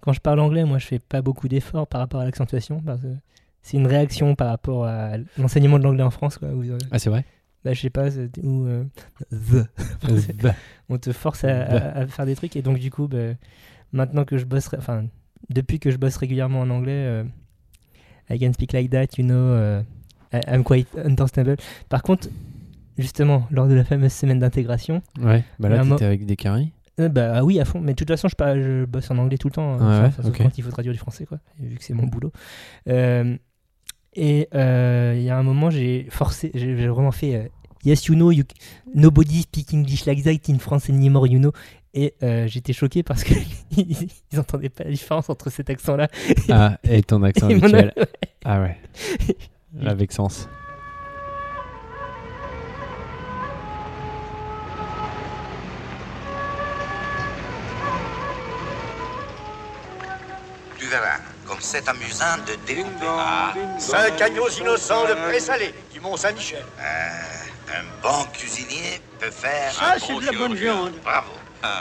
Quand je parle anglais, moi, je fais pas beaucoup d'efforts par rapport à l'accentuation, parce que c'est une réaction par rapport à l'enseignement de l'anglais en France, quoi. Où, Ah, c'est vrai. bah, je sais pas, où on te force à faire des trucs, et donc du coup, bah, maintenant que je bosse, enfin, depuis que je bosse régulièrement en anglais, I can speak like that, you know, I'm quite understandable. Par contre, justement, lors de la fameuse semaine d'intégration, Ouais, bah Il y a là, un t'étais avec des caries. bah oui, à fond. Mais de toute façon, je bosse en anglais tout le temps. Sauf ok. quand il faut traduire du français, quoi. Vu que c'est mon boulot. Il y a un moment, j'ai vraiment fait Yes, you know, nobody speak English like that in France anymore, you know. Et j'étais choqué parce qu'ils n'entendaient pas la différence entre cet accent-là. Ah, et ton accent et mon- habituel. Ah ouais. Avec sens. Tu verras, comme c'est amusant de découper. 5 agneaux innocents de Pré-Salé, du Mont-Saint-Michel. Un bon cuisinier peut faire Ça, un c'est bon de la bonne chirurgien. viande. Bravo.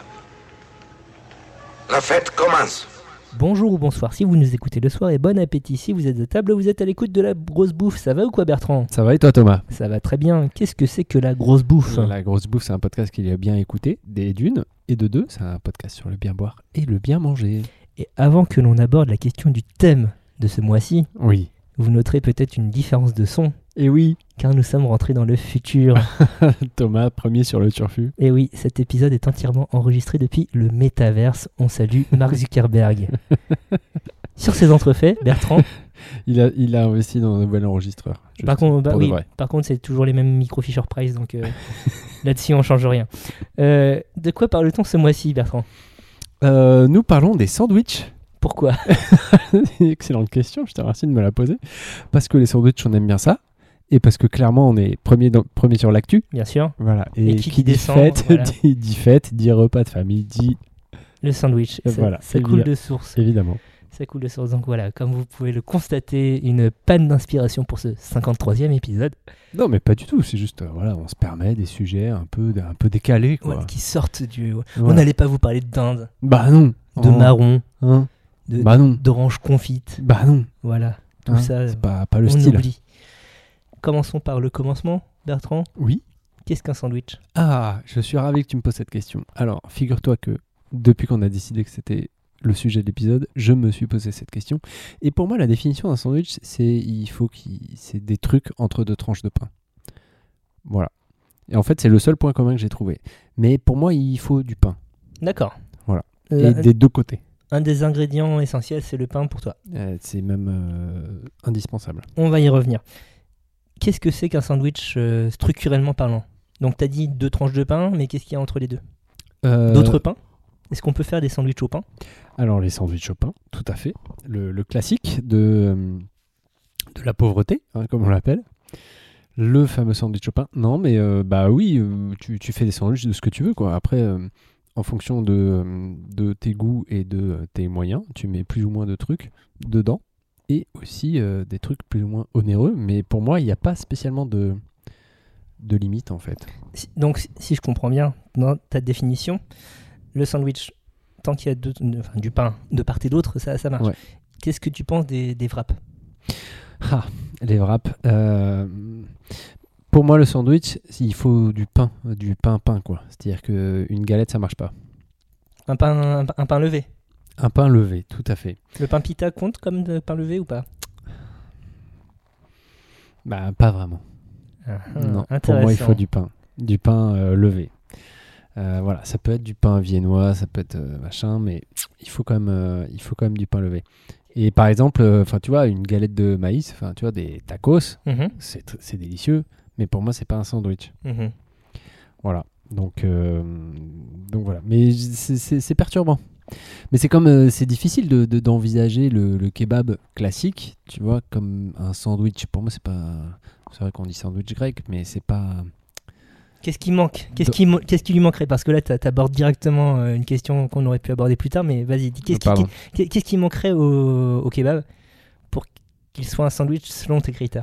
La fête commence. Bonjour ou bonsoir si vous nous écoutez le soir et bon appétit si vous êtes à table, vous êtes à l'écoute de la grosse bouffe. Ça va ou quoi, Bertrand ? Ça va et toi, Thomas? Ça va très bien. Qu'est-ce que c'est que la grosse bouffe ? La grosse bouffe, c'est un podcast qu'il y a bien écouté, d'une, et de deux, c'est un podcast sur le bien boire et le bien manger. Et avant que l'on aborde la question du thème de ce mois-ci, Oui. vous noterez peut-être une différence de son, Et oui, car nous sommes rentrés dans le futur. Thomas, premier sur le turfu. Et oui, cet épisode est entièrement enregistré depuis le métaverse. On salue Mark Zuckerberg. Sur ces entrefaits, Bertrand, Il a investi dans un nouvel enregistreur. par contre, pour de vrai. par contre, c'est toujours les mêmes micros Fisher Price, donc là-dessus, on change rien. De quoi parle-t-on ce mois-ci, Bertrand ? Nous parlons des sandwichs. Pourquoi ? Excellente question, je te remercie de me la poser. Parce que les sandwichs, on aime bien ça. Et parce que clairement, on est premier sur l'actu. Bien sûr, Voilà. Et qui dit dit descend, fête, voilà. dit fête, dit repas de famille, dit le sandwich. Voilà, Ça coule de source. évidemment. Ça coule de source. Donc voilà, comme vous pouvez le constater, une panne d'inspiration pour ce 53e épisode. Non, mais pas du tout. C'est juste, voilà, on se permet des sujets un peu décalés, quoi. Voilà, qui sortent du... On Voilà. n'allait pas vous parler de dinde, Bah non. de Oh. marron, Hein de, Bah non. d'orange confite. Bah non. Voilà, tout Hein, ça, c'est pas le on style. oublie. Commençons par le commencement, Bertrand. Oui. Qu'est-ce qu'un sandwich ? Ah, je suis ravi que tu me poses cette question. Alors, figure-toi que depuis qu'on a décidé que c'était le sujet de l'épisode, je me suis posé cette question. Et pour moi, la définition d'un sandwich, c'est des trucs entre deux tranches de pain. Voilà. Et en fait, c'est le seul point commun que j'ai trouvé. Mais pour moi, il faut du pain. D'accord. Voilà. Et des deux côtés. Un des ingrédients essentiels, c'est le pain pour toi. C'est même indispensable. On va y revenir. Qu'est-ce que c'est qu'un sandwich structurellement parlant ? Donc, tu as dit 2 tranches de pain, mais qu'est-ce qu'il y a entre les deux ? D'autres pains ? Est-ce qu'on peut faire des sandwichs au pain ? Alors, les sandwichs au pain, tout à fait. Le classique de la pauvreté, hein, comme on l'appelle. Le fameux sandwich au pain. Non, mais bah oui, tu fais des sandwichs de ce que tu veux, quoi. Après, en fonction de tes goûts et de tes moyens, tu mets plus ou moins de trucs dedans. Et aussi des trucs plus ou moins onéreux. Mais pour moi, il n'y a pas spécialement de limite, en fait. Donc, si je comprends bien, dans ta définition, le sandwich, tant qu'il y a du pain de part et d'autre, ça marche. Ouais. Qu'est-ce que tu penses des wraps ? Ah, les wraps. Pour moi, le sandwich, il faut du pain quoi. C'est-à-dire qu'une galette, ça marche pas. Un pain levé. Un pain levé, tout à fait. Le pain pita compte comme de pain levé ou pas ? Bah, pas vraiment. Non, pour moi, il faut du pain levé. Voilà, ça peut être du pain viennois, ça peut être machin, mais il faut quand même du pain levé. Et par exemple, tu vois, une galette de maïs, tu vois, des tacos, c'est délicieux, mais pour moi, c'est pas un sandwich. Voilà. Donc voilà. Mais c'est perturbant. Mais c'est comme c'est difficile d'envisager le kebab classique, tu vois, comme un sandwich. Pour moi, c'est pas. C'est vrai qu'on dit sandwich grec, mais c'est pas. Qu'est-ce qui manque ? Qu'est-ce qui lui manquerait ? Parce que là, tu abordes directement une question qu'on aurait pu aborder plus tard, mais vas-y, dis, qu'est-ce qui manquerait au kebab pour qu'il soit un sandwich selon tes critères ?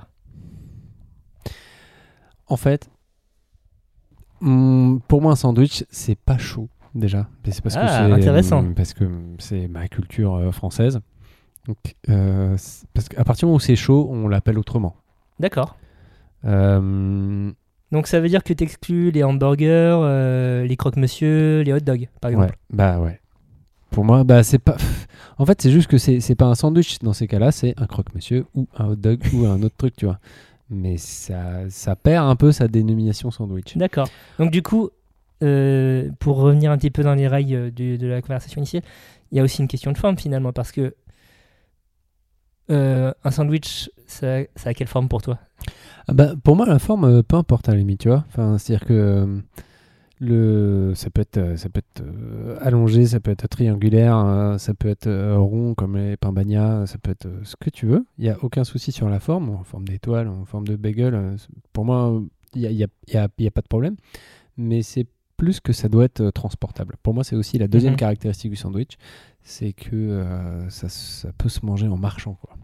En fait, pour moi, un sandwich, c'est pas chaud. déjà. Mais c'est parce que intéressant. Parce que c'est ma culture française. Donc, parce qu'à partir du moment où c'est chaud, on l'appelle autrement. D'accord. Donc ça veut dire que tu exclus les hamburgers, les croque-monsieur, les hot dogs, par exemple. Ouais, bah ouais. Pour moi, c'est pas. En fait, c'est juste que c'est pas un sandwich dans ces cas-là, c'est un croque-monsieur ou un hot dog ou un autre truc, tu vois. Mais ça perd un peu sa dénomination sandwich. D'accord. Donc du coup, pour revenir un petit peu dans les rails de la conversation initiale, il y a aussi une question de forme finalement, parce que un sandwich, ça a quelle forme pour toi ? Pour moi, la forme, peu importe à la limite, tu vois. Enfin, c'est-à-dire que ça peut être allongé, ça peut être triangulaire, ça peut être rond comme les pains bagna, ça peut être ce que tu veux. Il n'y a aucun souci sur la forme, en forme d'étoile, en forme de bagel. Pour moi, il n'y a pas de problème. Mais c'est plus que ça doit être transportable. Pour moi, c'est aussi la deuxième caractéristique du sandwich, c'est que ça peut se manger en marchant, quoi.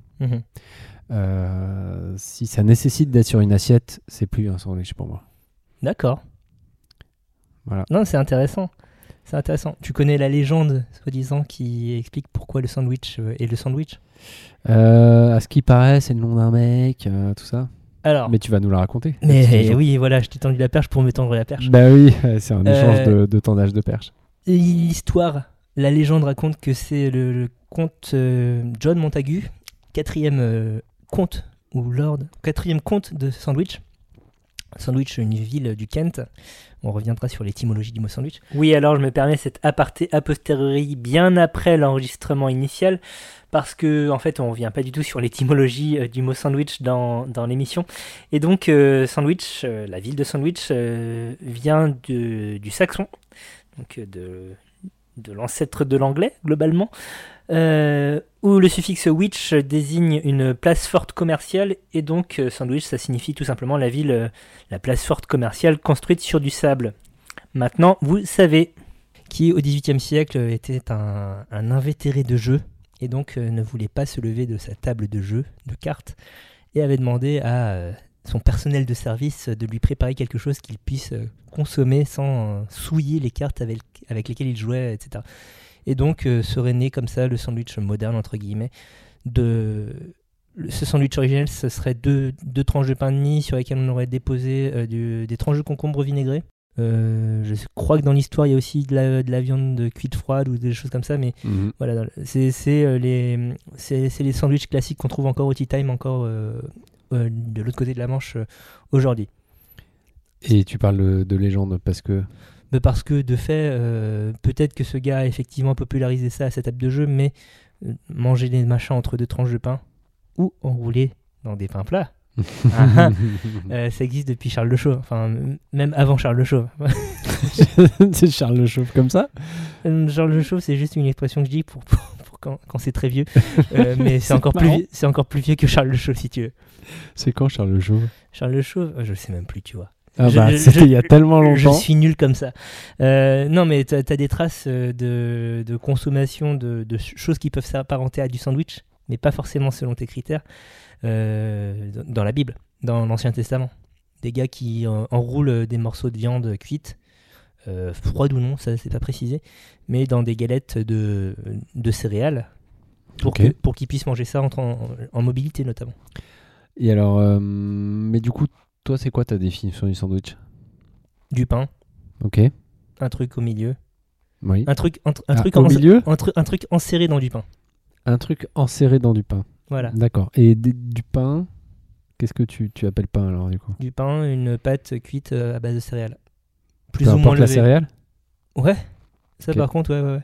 Si ça nécessite d'être sur une assiette, c'est plus un sandwich pour moi. D'accord. Voilà. Non, c'est intéressant. C'est intéressant. Tu connais la légende, soi-disant, qui explique pourquoi le sandwich est le sandwich ? À ce qui paraît, c'est le nom d'un mec, tout ça. Alors, mais tu vas nous la raconter. Mais oui, voilà, je t'ai tendu la perche pour me tendre la perche. Bah oui, c'est un échange de tendage de perche. L'histoire, la légende raconte que c'est le comte John Montagu, quatrième comte ou lord, quatrième comte de Sandwich. Sandwich, une ville du Kent. On reviendra sur l'étymologie du mot sandwich. Oui, alors je me permets cet aparté a posteriori bien après l'enregistrement initial, parce que en fait on revient pas du tout sur l'étymologie du mot sandwich dans l'émission. Et donc Sandwich, la ville de Sandwich vient du saxon, donc de l'ancêtre de l'anglais globalement, où le suffixe wich désigne une place forte commerciale, et donc Sandwich, ça signifie tout simplement la ville, la place forte commerciale construite sur du sable. Maintenant, vous savez, qui au XVIIIe siècle était un invétéré de jeu, et donc ne voulait pas se lever de sa table de jeu, de cartes, et avait demandé à son personnel de service de lui préparer quelque chose qu'il puisse consommer sans souiller les cartes avec lesquelles il jouait, etc. Et donc serait né comme ça le sandwich moderne, entre guillemets. Ce sandwich originel, ce serait deux tranches de pain de mie sur lesquelles on aurait déposé des tranches de concombre vinaigrées. Je crois que dans l'histoire, il y a aussi de la viande cuite froide ou des choses comme ça, mais voilà, c'est les sandwichs classiques qu'on trouve encore au Tea Time, encore de l'autre côté de la Manche aujourd'hui. Et tu parles de légende parce que... Parce que de fait, peut-être que ce gars a effectivement popularisé ça à sa table de jeu, mais manger des machins entre deux tranches de pain ou enrouler dans des pains plats, ça existe depuis Charles le Chauve, enfin même avant Charles le Chauve. C'est Charles le Chauve comme ça ? Charles le Chauve, c'est juste une expression que je dis pour quand c'est très vieux, mais c'est encore plus vieux que Charles le Chauve, si tu veux. C'est quand Charles le Chauve ? Charles le Chauve, je sais même plus, tu vois. C'était il y a tellement longtemps. Je suis nul comme ça. Non, mais t'as des traces de consommation de choses qui peuvent s'apparenter à du sandwich, mais pas forcément selon tes critères, dans la Bible, dans l'Ancien Testament. Des gars qui enroulent des morceaux de viande cuite, froide ou non, ça c'est pas précisé, mais dans des galettes de céréales, pour qu'ils puissent manger ça en mobilité notamment. Et alors, mais du coup, toi, c'est quoi ta définition du sandwich ? Du pain. Ok. Un truc au milieu. Oui. Un truc au milieu ? Un truc enserré dans du pain. Un truc enserré dans du pain. Voilà. D'accord. Et du pain, qu'est-ce que tu appelles pain alors du coup ? Du pain, une pâte cuite à base de céréales. Plus ou moins levée. La céréale ? Ouais. Ça par contre, ouais.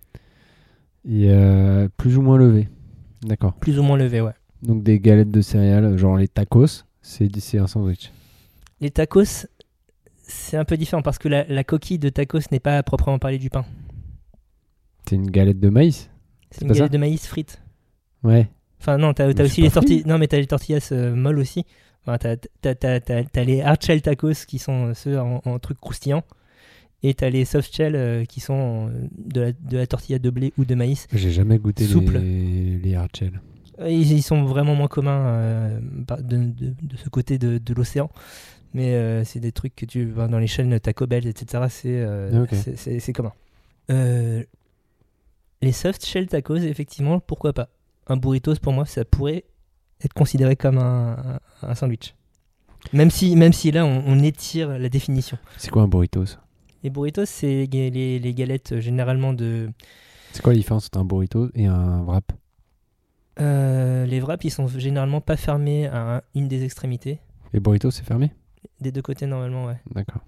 Et plus ou moins levé. D'accord. Plus ou moins levé, ouais. Donc des galettes de céréales, genre les tacos, c'est un sandwich. Les tacos, c'est un peu différent parce que la coquille de tacos n'est pas à proprement parler du pain. C'est une galette de maïs ? C'est une galette de maïs frite. Ouais. Enfin non, t'as aussi les tortillas. Non mais t'as les tortillas molles aussi. Enfin, t'as les hard shell tacos qui sont ceux en truc croustillant. Et t'as les soft shell qui sont de la tortilla de blé ou de maïs. J'ai jamais goûté souple. Les hard shell. Ils sont vraiment moins communs de ce côté de l'océan. Mais c'est des trucs que tu vois dans les chaînes Taco Bell, etc. C'est commun. Les soft shell tacos, effectivement, pourquoi pas. Un burritos, pour moi, ça pourrait être considéré comme un sandwich. Même si là, on étire la définition. C'est quoi un burritos ? Les burritos, c'est les galettes généralement de... C'est quoi la différence entre un burrito et un wrap ? Les wraps, ils sont généralement pas fermés à une des extrémités. Les burritos, c'est fermé ? Des deux côtés, normalement, ouais. D'accord.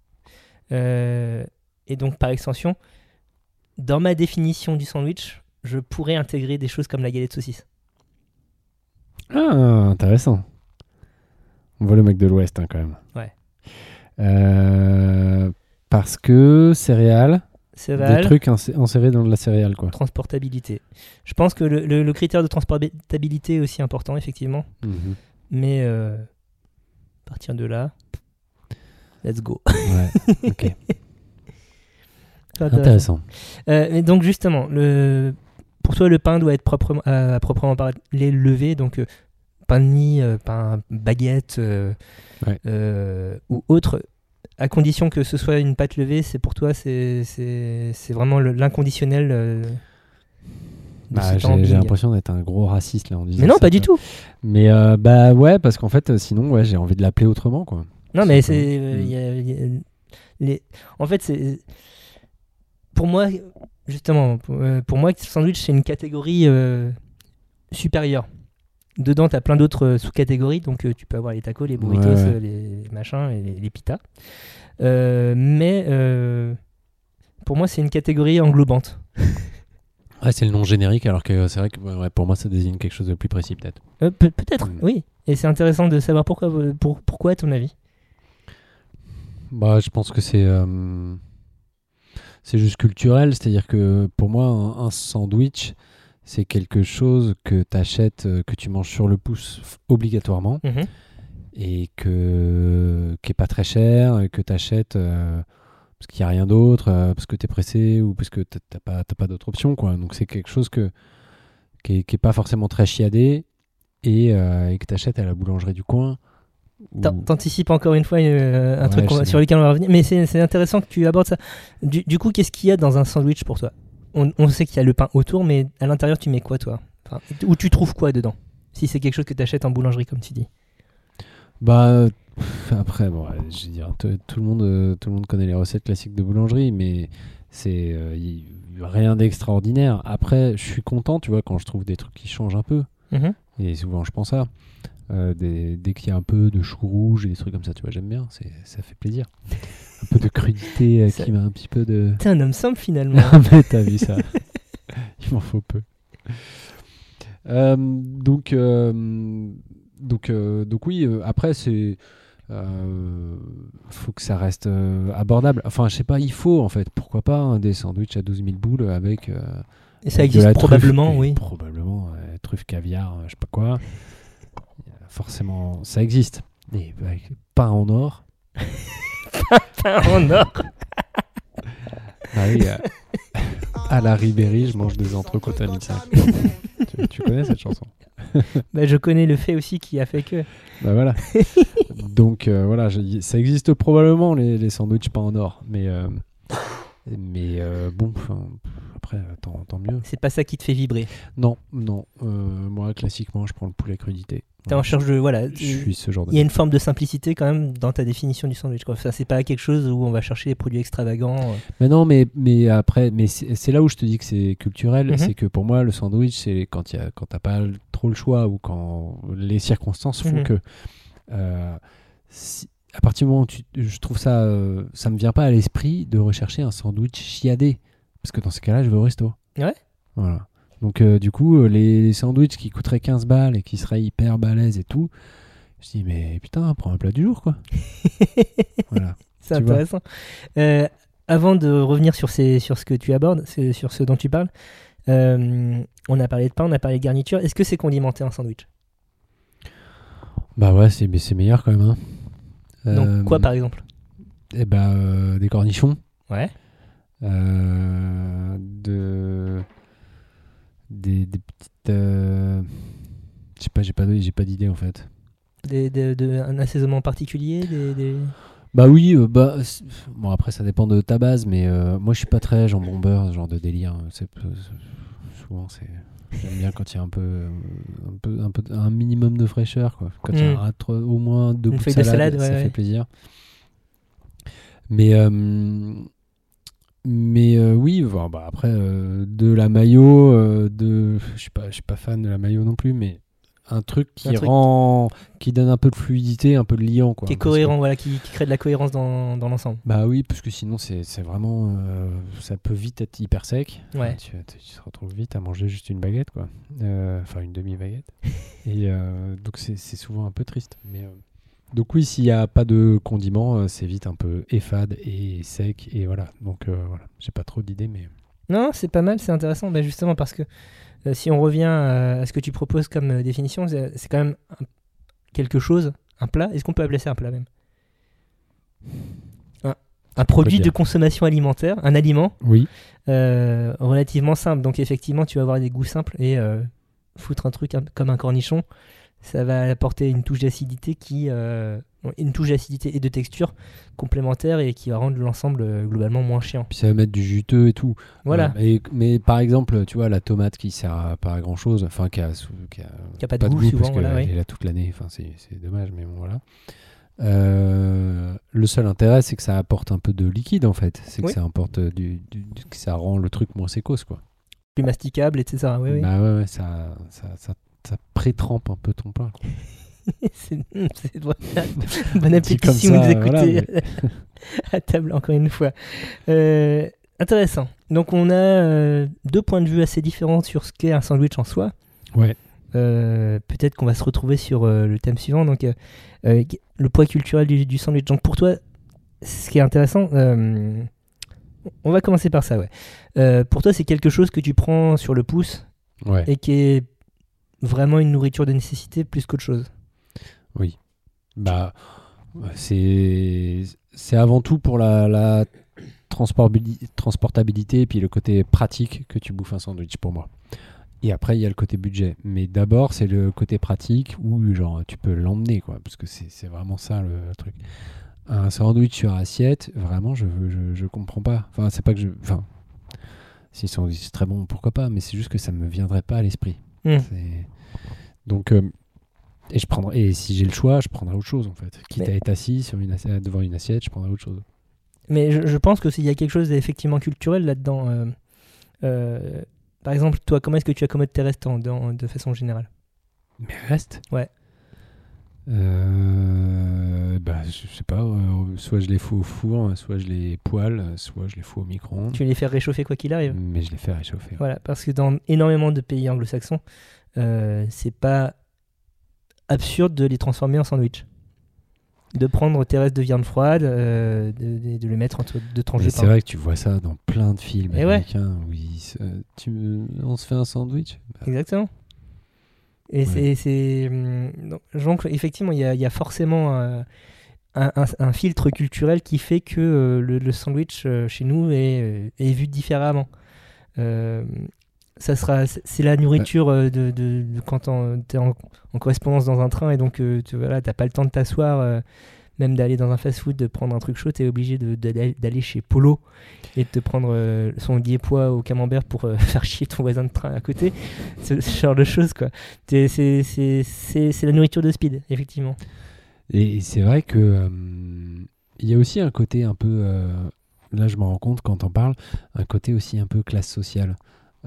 Et donc, par extension, dans ma définition du sandwich, je pourrais intégrer des choses comme la galette saucisse. Ah, intéressant. On voit le mec de l'Ouest, hein, quand même. Ouais. Parce que céréales, des trucs insérés dans de la céréale, quoi. Transportabilité. Je pense que le critère de transportabilité est aussi important, effectivement. Mm-hmm. Mais à partir de là, let's go. Ouais, ok. Intéressant. Et donc, justement, pour toi, le pain doit être proprement parler levé, donc pain de mie, pain baguette ou autre. À condition que ce soit une pâte levée, c'est pour toi, c'est vraiment l'inconditionnel. J'ai l'impression d'être un gros raciste là en disant. Mais non, pas du tout. Mais ouais, parce qu'en fait, sinon, j'ai envie de l'appeler autrement, quoi. Non, mais en fait, c'est pour moi, justement, pour moi, sandwich c'est une catégorie supérieure. Dedans, tu as plein d'autres sous-catégories, donc tu peux avoir les tacos, les burritos, les machins, et les pitas. Mais pour moi, c'est une catégorie englobante. Ouais, c'est le nom générique, alors que c'est vrai que pour moi, ça désigne quelque chose de plus précis, peut-être. Peut-être, oui. Et c'est intéressant de savoir pourquoi à ton avis. Je pense que c'est juste culturel, c'est-à-dire que pour moi, un sandwich, c'est quelque chose que tu achètes, que tu manges sur le pouce obligatoirement, et qui est pas très cher, et que tu achètes parce qu'il n'y a rien d'autre, parce que tu es pressé, ou parce que tu n'as pas d'autre option, quoi. Donc c'est quelque chose qui est pas forcément très chiadé, et que tu achètes à la boulangerie du coin. T'anticipes encore une fois un truc sur lequel on va revenir, mais c'est intéressant que tu abordes ça. Du coup, qu'est-ce qu'il y a dans un sandwich pour toi ? On sait qu'il y a le pain autour, mais à l'intérieur, tu mets quoi, toi ? Ou tu trouves quoi dedans ? Si c'est quelque chose que tu achètes en boulangerie, comme tu dis. Après, je veux dire, tout le monde connaît les recettes classiques de boulangerie, mais c'est rien d'extraordinaire. Après, je suis content, tu vois, quand je trouve des trucs qui changent un peu. Et souvent, je pense à dès qu'il y a un peu de chou rouge et des trucs comme ça, tu vois, j'aime bien, ça fait plaisir. Un peu de crudité qui met un petit peu de... T'es un homme simple, finalement. Mais t'as vu ça. Il m'en faut peu. Donc oui, après, c'est... faut que ça reste abordable. Enfin, je sais pas, il faut, en fait. Pourquoi pas des sandwichs à 12 000 boules avec... et ça existe probablement, truffe, oui. Probablement, truffe, caviar, je sais pas quoi. Forcément, ça existe. Et avec pain en or. Pain en or. Ah oui, à la Ribéry, je mange des entrecôtes à 1005. Tu connais cette chanson ? Je connais le fait aussi qui a fait que... voilà. Donc voilà, ça existe probablement les sandwichs pain en or. Mais bon, après, tant mieux. C'est pas ça qui te fait vibrer ? Non. Moi, classiquement, je prends le poulet crudité. T'es en recherche de... Voilà. Je suis ce genre de... Il y a une forme de simplicité quand même dans ta définition du sandwich, quoi. Ça, c'est pas quelque chose où on va chercher des produits extravagants. Mais non, mais après, c'est là où je te dis que c'est culturel. C'est que pour moi, le sandwich, c'est quand t'as pas trop le choix ou quand les circonstances font que... à partir du moment où je trouve ça me vient pas à l'esprit de rechercher un sandwich chiadé. Parce que dans ces cas-là, je vais au resto. Ouais. Voilà. Donc du coup, les sandwichs qui coûteraient 15 balles et qui seraient hyper balèzes et tout, je dis mais putain, prends un plat du jour, quoi. Voilà. C'est intéressant. Avant de revenir sur ce que tu abordes, sur ce dont tu parles, on a parlé de pain, on a parlé de garniture. Est-ce que c'est condimenté un sandwich ? Ouais, c'est meilleur quand même. Hein. Donc quoi par exemple ? Des cornichons. Ouais. Des petites je sais pas, j'ai pas d'idée en fait. Un assaisonnement particulier Bah oui, bon après ça dépend de ta base, mais moi je suis pas très jambon beurre, ce genre de délire. Souvent j'aime bien quand il y a un minimum de fraîcheur, quoi. Quand il y a au moins 2 bouts de salade, ça fait plaisir. Mais oui, bon, bah après de la mayo, je suis pas fan de la mayo non plus, mais un truc qui donne un peu de fluidité, un peu de liant, quoi. Qui est cohérent, voilà, qui crée de la cohérence dans l'ensemble. Bah oui, parce que sinon c'est vraiment ça peut vite être hyper sec. Ouais. Tu te retrouves vite à manger juste une baguette, quoi. Enfin une demi-baguette. Et donc c'est souvent un peu triste. Mais donc oui, s'il n'y a pas de condiments, c'est vite un peu fade et sec, et voilà. Donc voilà, j'ai pas trop d'idées, mais... Non, c'est pas mal, c'est intéressant, bah, justement parce que si on revient à ce que tu proposes comme définition, c'est quand même quelque chose, un plat. Est-ce qu'on peut appeler ça un plat même ? Un produit de consommation alimentaire, un aliment, oui. Relativement simple. Donc effectivement, tu vas avoir des goûts simples et foutre un truc comme un cornichon, ça va apporter une touche d'acidité et de texture complémentaire et qui va rendre l'ensemble globalement moins chiant. Puis ça va mettre du juteux et tout. Voilà. Mais par exemple, tu vois, la tomate qui sert pas à grand chose, enfin qui a pas de goût souvent, parce qu'elle est là toute l'année, enfin c'est dommage, mais bon voilà. Le seul intérêt, c'est que ça apporte un peu de liquide en fait. C'est que ça apporte que ça rend le truc moins sécose, quoi. Plus masticable, etc. Oui. Bah ouais, ça pré-trempe un peu ton plat, quoi. c'est bon appétit si vous nous écoutez à table, encore une fois. Intéressant. Donc on a 2 points de vue assez différents sur ce qu'est un sandwich en soi. Ouais. Peut-être qu'on va se retrouver sur le thème suivant, donc le poids culturel du sandwich. Donc pour toi, ce qui est intéressant, on va commencer par ça. Pour toi, c'est quelque chose que tu prends sur le pouce et qui est vraiment une nourriture de nécessité plus qu'autre chose. Oui. Bah, c'est avant tout pour la transportabilité et puis le côté pratique que tu bouffes un sandwich pour moi. Et après, il y a le côté budget. Mais d'abord, c'est le côté pratique où genre, tu peux l'emmener, quoi, parce que c'est vraiment ça le truc. Un sandwich sur assiette, vraiment, je comprends pas. Enfin, c'est pas que si c'est très bon, pourquoi pas, mais c'est juste que ça me viendrait pas à l'esprit. Donc, et si j'ai le choix, je prendrais autre chose, en fait. Quitte à être assis devant une assiette, je prendrais autre chose. Mais je pense que s'il y a quelque chose d'effectivement culturel là-dedans, par exemple, toi, comment est-ce que tu accommodes tes restes de façon générale ? Mes restes ? Ouais. Je sais pas, soit je les fous au four, soit je les poêle, soit je les fous au micro-ondes. Tu les fais réchauffer quoi qu'il arrive. Mais je les fais réchauffer. Voilà, parce que dans énormément de pays anglo-saxons, c'est pas absurde de les transformer en sandwich. De prendre tes restes de viande froide, de les mettre entre 2 tranches de pain. C'est vrai que tu vois ça dans plein de films américains. Oui, on se fait un sandwich. Exactement. Et donc effectivement, il y a forcément un filtre culturel qui fait que le sandwich chez nous est vu différemment. C'est la nourriture de quand t'es en correspondance dans un train et donc t'as pas le temps de t'asseoir, même d'aller dans un fast-food, de prendre un truc chaud, t'es obligé d'aller chez Polo et de te prendre son guépois au camembert pour faire chier ton voisin de train à côté. Ce genre de choses, quoi. C'est la nourriture de speed, effectivement. Et c'est vrai que il y a aussi un côté un peu, là je m'en rends compte quand t'en parles, un côté aussi un peu classe sociale.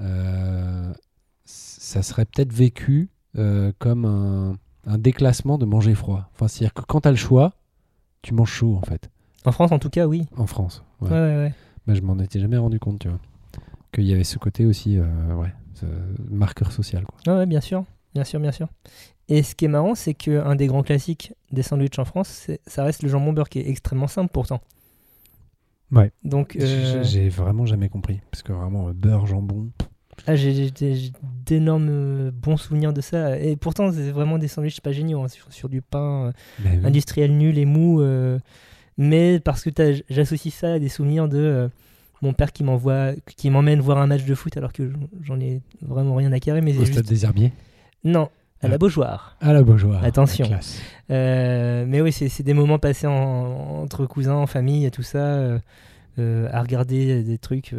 Ça serait peut-être vécu comme un déclassement de manger froid. Enfin, c'est-à-dire que quand t'as le choix, tu manges chaud, en fait. En France, en tout cas, oui. En France, ouais. Ouais. Bah, je m'en étais jamais rendu compte, tu vois. Qu'il y avait ce côté aussi, marqueur social, quoi. Ouais, bien sûr. Et ce qui est marrant, c'est qu'un des grands classiques des sandwichs en France, ça reste le jambon beurre, qui est extrêmement simple pourtant. Ouais. Donc, j'ai vraiment jamais compris. Parce que vraiment, beurre, jambon... j'ai d'énormes bons souvenirs de ça. Et pourtant, c'est vraiment des sandwichs pas géniaux, hein, sur du pain industriel nul et mou. Mais parce que j'associe ça à des souvenirs de mon père qui m'emmène voir un match de foot alors que j'en ai vraiment rien à carrer. Mais au stade des Herbiers ? Non. À la Beaujoire. À la Beaujoire. Attention. Mais oui, c'est des moments passés entre cousins, en famille et tout ça, à regarder des trucs.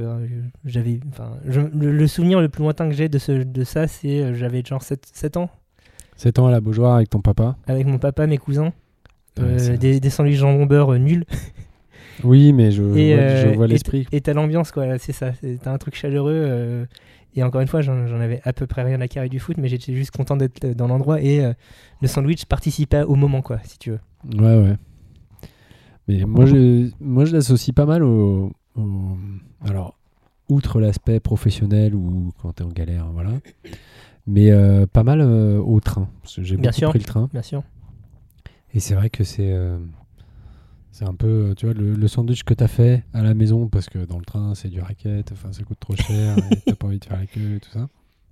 Le souvenir le plus lointain que j'ai de ça, c'est j'avais genre 7 ans. 7 ans à la Beaujoire avec ton papa. Avec mon papa, mes cousins. Des sandwichs jambon beurre nuls. Oui, mais je vois l'esprit. Et t'as l'ambiance, quoi, c'est ça. T'as un truc chaleureux. Et encore une fois, j'en avais à peu près rien à carrer du foot, mais j'étais juste content d'être dans l'endroit et le sandwich participait au moment, quoi, si tu veux. Ouais. Mais moi, je l'associe pas mal alors, outre l'aspect professionnel ou quand t'es en galère, voilà. Mais pas mal au train. Parce que j'ai beaucoup pris le train. Bien sûr. Et c'est vrai que c'est un peu, tu vois, le sandwich que t'as fait à la maison, parce que dans le train, c'est du racket, enfin, ça coûte trop cher, et t'as pas envie de faire la queue et tout ça.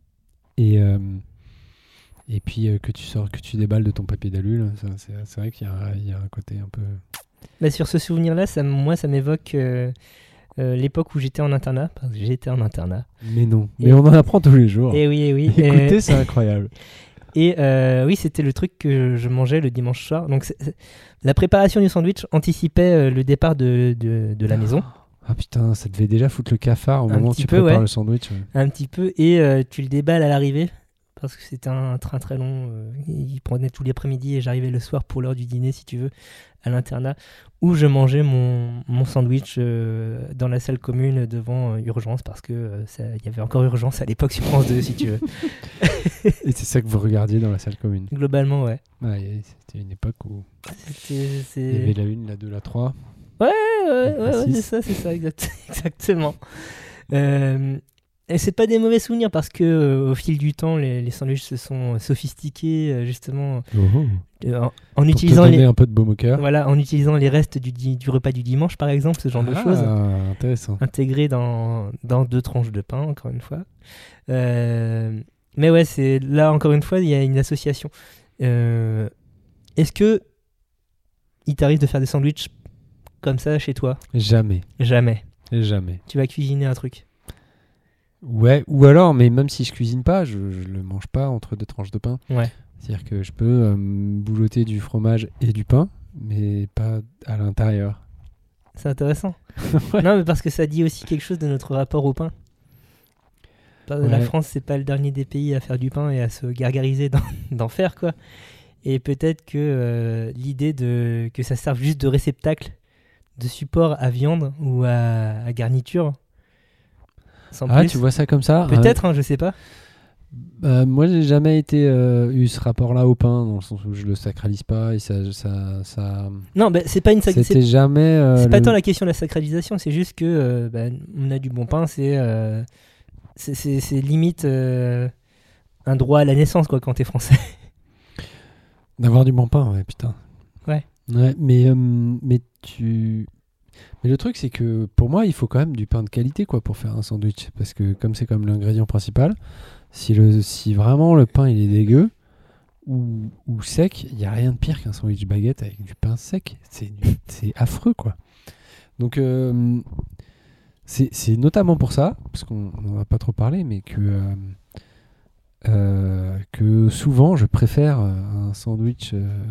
Et puis que tu déballes de ton papier d'alu, là, c'est vrai qu'il y a un côté un peu... Bah, sur ce souvenir-là, ça m'évoque l'époque où j'étais en internat, parce que j'étais en internat. Mais non, mais on en apprend tous les jours. Et oui. Écoutez, c'est incroyable. Et oui, c'était le truc que je mangeais le dimanche soir. Donc la préparation du sandwich anticipait le départ de la maison. Ah putain, ça devait déjà foutre le cafard au moment où tu prépares le sandwich. Ouais. Un petit peu, et tu le déballes à l'arrivée, parce que c'était un train très long. Il prenait tous les après-midi et j'arrivais le soir pour l'heure du dîner, si tu veux, à l'internat, où je mangeais mon sandwich dans la salle commune devant Urgence, parce que y avait encore Urgence à l'époque sur France 2, si tu veux. Et c'est ça que vous regardiez dans la salle commune? Globalement, ouais. C'était une époque où il y avait la 1, la 2, la 3. Ouais, c'est ça, exactement. Et c'est pas des mauvais souvenirs, parce que au fil du temps, les sandwichs se sont sophistiqués, justement, en utilisant un peu de baume au cœur. Voilà, en utilisant les restes du repas du dimanche, par exemple, ce genre de choses. Intéressant. Intégrés dans 2 tranches de pain, encore une fois. Mais ouais, c'est là, encore une fois, il y a une association. Est-ce que il t'arrive de faire des sandwichs comme ça chez toi? Jamais. Tu vas cuisiner un truc? Ouais, ou alors, mais même si je cuisine pas, je le mange pas entre 2 tranches de pain. Ouais. C'est-à-dire que je peux boulotter du fromage et du pain, mais pas à l'intérieur. C'est intéressant. Ouais. Non, mais parce que ça dit aussi quelque chose de notre rapport au pain. La France, c'est pas le dernier des pays à faire du pain et à se gargariser d'en faire, quoi. Et peut-être que l'idée que ça serve juste de réceptacle, de support à viande ou à garniture. Sans plus. Tu vois ça comme ça? Peut-être, je sais pas. Moi, j'ai jamais eu ce rapport-là au pain, dans le sens où je le sacralise pas et ça... Non, c'est pas une sacralisation. C'était jamais... c'est pas tant la question de la sacralisation, c'est juste que on a du bon pain, c'est limite un droit à la naissance, quoi, quand t'es français. D'avoir du bon pain, ouais, putain. Ouais, mais le truc, c'est que pour moi, il faut quand même du pain de qualité, quoi, pour faire un sandwich. Parce que comme c'est comme l'ingrédient principal, si vraiment le pain il est dégueu ou sec, il n'y a rien de pire qu'un sandwich baguette avec du pain sec. C'est affreux, quoi. Donc c'est notamment pour ça, parce qu'on n'en a pas trop parlé, mais que souvent je préfère un sandwich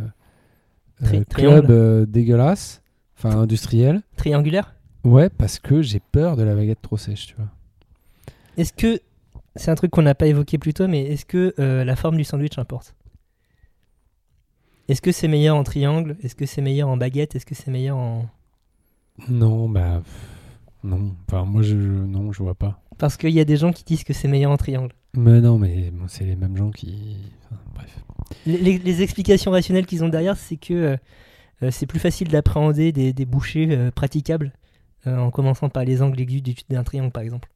club dégueulasse. Enfin, industriel. Triangulaire? Ouais, parce que j'ai peur de la baguette trop sèche, tu vois. Est-ce que... C'est un truc qu'on n'a pas évoqué plus tôt, mais est-ce que la forme du sandwich importe? Est-ce que c'est meilleur en triangle? Est-ce que c'est meilleur en baguette? Est-ce que c'est meilleur en... Non, non. Enfin, moi, je vois pas. Parce qu'il y a des gens qui disent que c'est meilleur en triangle. Mais non, mais c'est les mêmes gens qui... Enfin, bref. Les explications rationnelles qu'ils ont derrière, c'est que... c'est plus facile d'appréhender des bouchées praticables en commençant par les angles aigus d'un triangle, par exemple.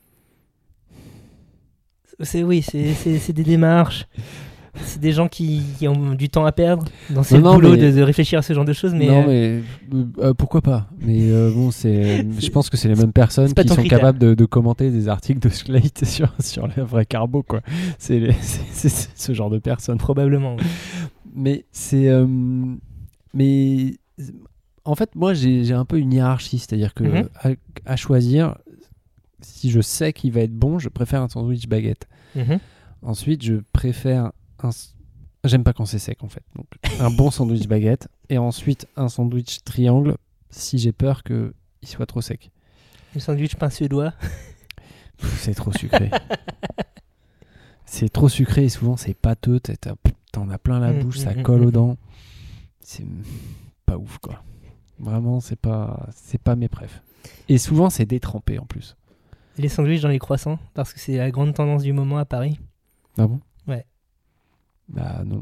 C'est des démarches. C'est des gens qui ont du temps à perdre dans ce boulot de réfléchir à ce genre de choses. Mais non, mais pourquoi pas? Mais je pense que c'est les mêmes personnes qui sont capables de commenter des articles de Slate sur les vrais carbo, quoi. C'est ce genre de personnes. Probablement, oui. Mais c'est... Mais en fait, moi, j'ai un peu une hiérarchie, c'est-à-dire que à choisir, si je sais qu'il va être bon, je préfère un sandwich baguette. Ensuite, je préfère J'aime pas quand c'est sec en fait. Donc un bon sandwich baguette et ensuite un sandwich triangle si j'ai peur qu'il soit trop sec. Le sandwich pain suédois. C'est trop sucré. C'est trop sucré et souvent c'est pâteux. T'en as plein la bouche, ça colle aux dents. C'est pas ouf quoi. Vraiment, c'est pas mes préfs. Et souvent c'est détrempé en plus. Les sandwichs dans les croissants, parce que c'est la grande tendance du moment à Paris. Ah bon ? Ouais. Bah non.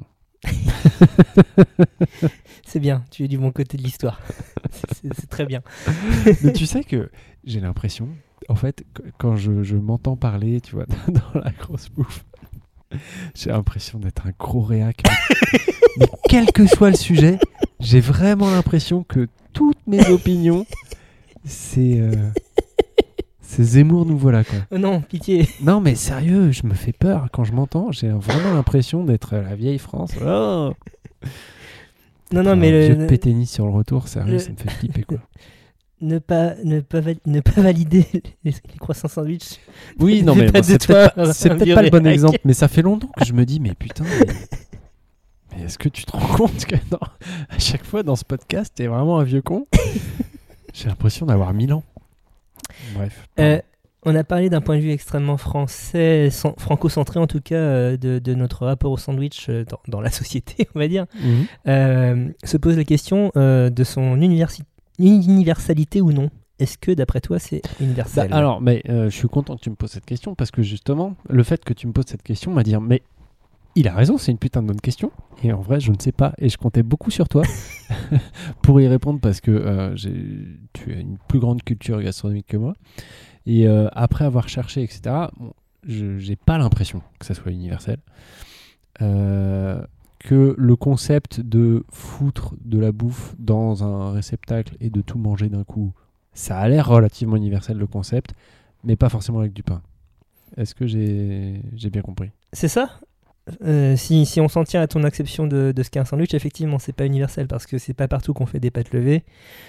C'est bien, tu es du bon côté de l'histoire. C'est très bien. Mais tu sais que j'ai l'impression, en fait, quand je m'entends parler, tu vois, dans la grosse bouffe, j'ai l'impression d'être un gros réac. Mais quel que soit le sujet, j'ai vraiment l'impression que toutes mes opinions, c'est Zemmour nous voilà quoi. Oh non, pitié. Non mais sérieux, je me fais peur quand je m'entends. J'ai vraiment l'impression d'être la vieille France. Oh non mais vieux péténis sur le retour, sérieux, ça me fait flipper quoi. Ne pas valider les croissants sandwich. Oui, non mais bon, c'est peut-être pas le bon exemple, mais ça fait longtemps que je me dis mais putain. Mais est-ce que tu te rends compte que à chaque fois dans ce podcast, t'es vraiment un vieux con? J'ai l'impression d'avoir 1000 ans. Bref. On a parlé d'un point de vue extrêmement français, franco-centré en tout cas, de notre rapport au sandwich dans la société, on va dire. Se pose la question de son universalité ou non. Est-ce que d'après toi c'est universel ? Alors, mais je suis content que tu me poses cette question parce que justement, le fait que tu me poses cette question m'a dit mais il a raison, c'est une putain de bonne question. Et en vrai, je ne sais pas. Et je comptais beaucoup sur toi pour y répondre parce que tu as une plus grande culture gastronomique que moi. Et après avoir cherché, etc., bon, je n'ai pas l'impression que ça soit universel. Que le concept de foutre de la bouffe dans un réceptacle et de tout manger d'un coup, ça a l'air relativement universel le concept, mais pas forcément avec du pain. Est-ce que j'ai bien compris ? C'est ça ? Si on s'en tient à ton acception de ce qu'est un sandwich, effectivement, c'est pas universel parce que c'est pas partout qu'on fait des pâtes levées.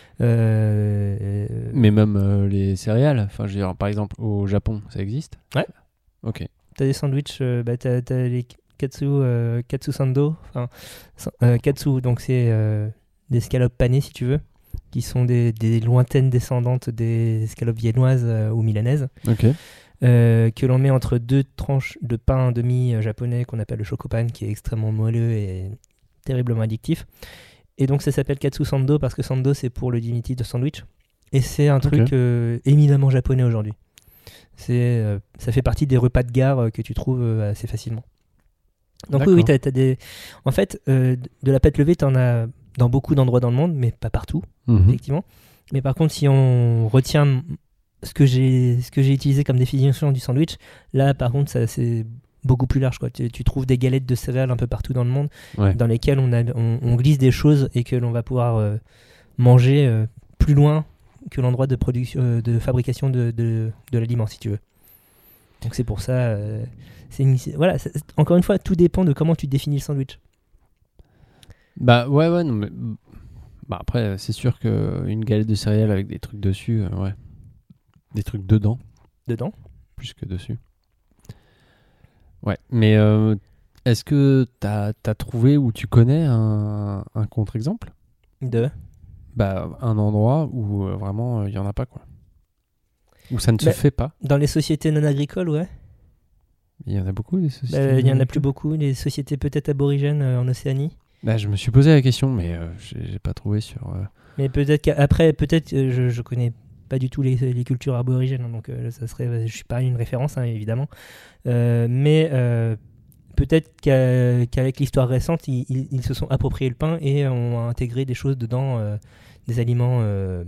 Mais même les céréales, enfin, je veux dire, par exemple, au Japon, ça existe ? Ouais. Ok. T'as des sandwichs, t'as les katsu sando, katsu, donc c'est des escalopes panées si tu veux, qui sont des lointaines descendantes des escalopes viennoises ou milanaises. Ok. Que l'on met entre deux tranches de pain demi japonais qu'on appelle le shokopan, qui est extrêmement moelleux et terriblement addictif. Et donc ça s'appelle katsu sando parce que sando c'est pour le diminutif de sandwich. Et c'est un truc éminemment japonais aujourd'hui. Ça fait partie des repas de gare que tu trouves assez facilement. Donc oui, t'as des... En fait, de la pâte levée, t'en as dans beaucoup d'endroits dans le monde, mais pas partout, effectivement. Mais par contre, si on retient ce que j'ai utilisé comme définition du sandwich, là par contre ça c'est beaucoup plus large quoi. Tu trouves des galettes de céréales un peu partout dans le monde, dans lesquelles on glisse des choses et que l'on va pouvoir manger plus loin que l'endroit de production de fabrication de l'aliment si tu veux. Donc c'est pour ça voilà, encore une fois tout dépend de comment tu définis le sandwich. Bah ouais non mais bah après c'est sûr qu'une galette de céréales avec des trucs dessus ouais. Des trucs dedans plus que dessus. Ouais, mais est-ce que t'as trouvé ou tu connais un contre-exemple de un endroit où vraiment il y en a pas quoi, où ça ne se fait pas? Dans les sociétés non agricoles, ouais. Il y en a beaucoup des sociétés. Il y en a plus beaucoup, les sociétés peut-être aborigènes en Océanie. Je me suis posé la question, mais j'ai pas trouvé sur. Mais peut-être qu'après, je connais pas du tout les cultures aborigènes, donc ça serait, je suis pas une référence évidemment, mais peut-être qu'avec l'histoire récente ils se sont appropriés le pain et ont intégré des choses dedans, des aliments